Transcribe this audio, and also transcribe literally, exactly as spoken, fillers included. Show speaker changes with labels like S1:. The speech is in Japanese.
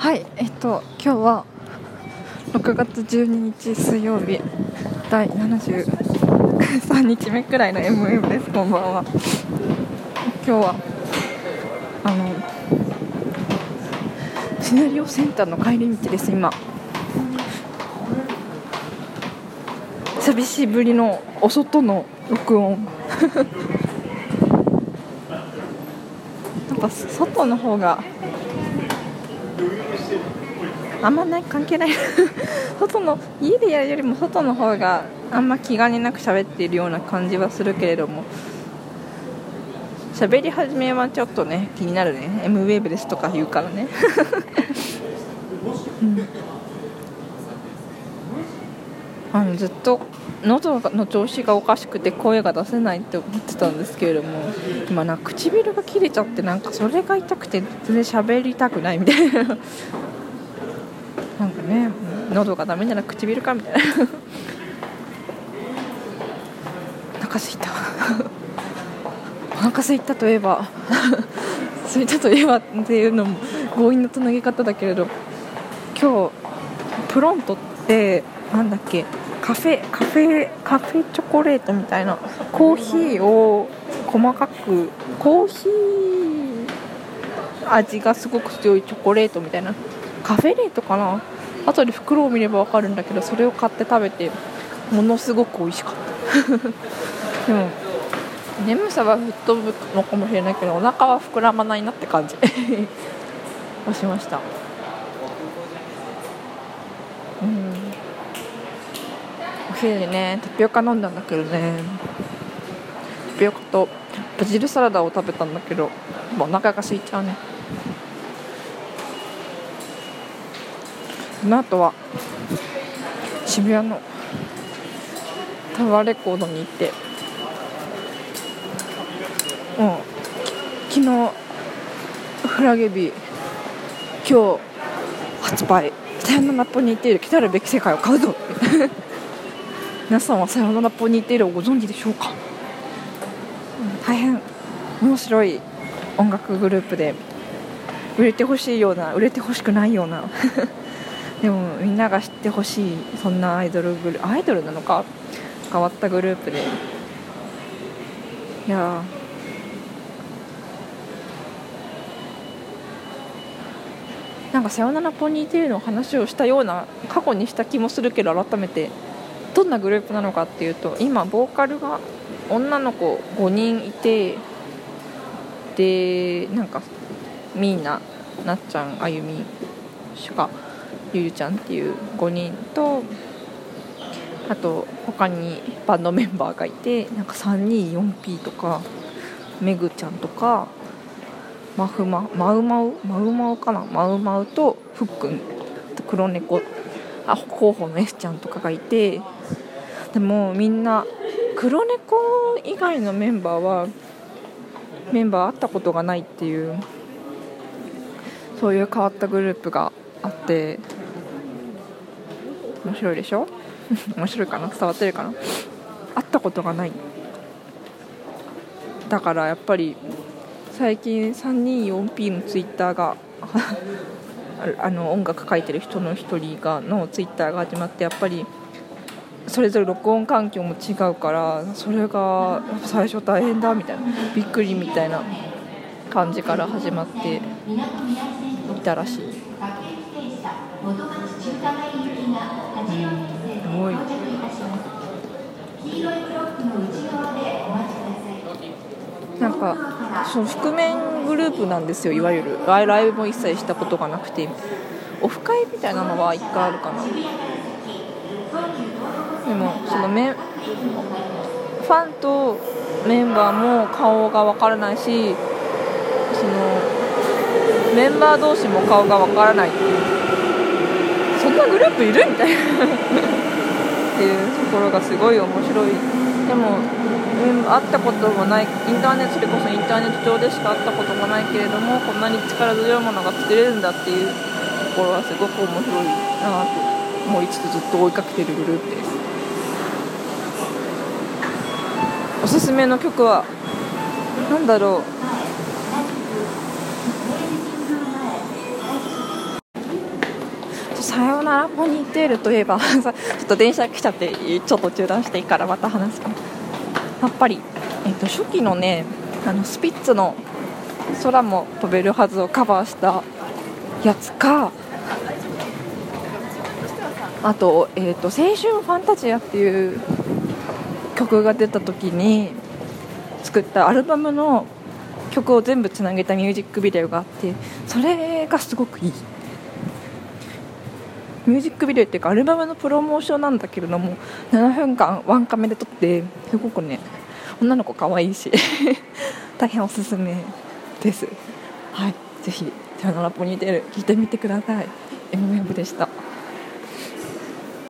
S1: はい、えっと今日はろくがつじゅうににち水曜日だいななじゅうさんにちめくらいの エムエム です。こんばんは。今日はあのシナリオセンターの帰り道です。今久しぶりのお外の録音やっぱ外の方があんまない関係ない外の家でやるよりも外の方があんま気兼ねなく喋っているような感じはするけれども、喋り始めはちょっとね気になるね。 エムウェーブ ですとか言うからね、うん、あのずっと喉の調子がおかしくて声が出せないって思ってたんですけれども、今なんか唇が切れちゃって、なんかそれが痛くて全然喋りたくないみたいななんかね、喉がダメなら唇かみたいなお腹すいたお腹すいたといえばすいたといえばっていうのも強引なつなげ方だけれど、今日プロントってなんだっけ、カフェカフェカフェチョコレートみたいな、コーヒーを細かくコーヒー味がすごく強いチョコレートみたいな、カフェレートかな、後で袋を見れば分かるんだけど、それを買って食べてものすごく美味しかったでも眠さは吹っ飛ぶのかもしれないけど、お腹は膨らまないなって感じはしました。うん、お昼にねタピオカ飲んだんだけどね、タピオカとバジルサラダを食べたんだけど、もうお腹が空いちゃうね。この後は渋谷のタワーレコードに行って、うん、昨日フラゲ日、今日発売、さよならポニーテール来たるべき世界を買うぞ皆さんはさよならポニーテールをご存知でしょうか。うん、大変面白い音楽グループで、売れてほしいような売れてほしくないようなでもみんなが知ってほしい、そんなアイドルグルアイドルなのか変わったグループで、いやなんかさよならポニーテールの話をしたような過去にした気もするけど、改めてどんなグループなのかっていうと、今ボーカルが女の子ごにんいて、でなんかみーな、なっちゃん、あゆみ、しゅか、ゆゆちゃんっていうごにんと、あと他にバンドメンバーがいて、なんか さんにーよんピー とかめぐちゃんとかマフママウマウマウマウかなマウマウとふっくんと黒猫、あ候補の S ちゃんとかがいて、でもみんな黒猫以外のメンバーはメンバー会ったことがないっていう、そういう変わったグループがあって、面白いでしょ面白いかな、伝わってるかな。会ったことがない、だからやっぱり最近 さんにーよんピー のツイッターがあの音楽書いてる人の一人がのツイッターが始まって、やっぱりそれぞれ録音環境も違うから、それが最初大変だみたいな、びっくりみたいな感じから始まっていたらしい。うん、すごい。なんかその覆面グループなんですよ、いわゆるライブも一切したことがなくて、オフ会みたいなのはいっかいあるかな。でもそのメファンとメンバーも顔が分からないし、そのメンバー同士も顔が分からないっていう、そんなグループいるみたいなっていうところがすごい面白い。でも会ったこともない、インターネット、それこそインターネット上でしか会ったこともないけれども、こんなに力強いものが作れるんだっていうところはすごく面白いなと思いつつ、ずっと追いかけているグループです。おすすめの曲はなんだろう、 ナラポニーテールといえばちょっと電車来ちゃってちょっと中断していいからまた話すか。やっぱり、えー、と初期のねあのスピッツの空も飛べるはずをカバーしたやつか、あと、えー、と青春ファンタジアっていう曲が出た時に作ったアルバムの曲を全部つなげたミュージックビデオがあって、それがすごくいいミュージックビデオっていうかアルバムのプロモーションなんだけれども、ななふんかんワンカメで撮ってすごくね女の子可愛いし大変おすすめです。はい、ぜひさよならポニーテール聞いてみてください。エムウェブでした。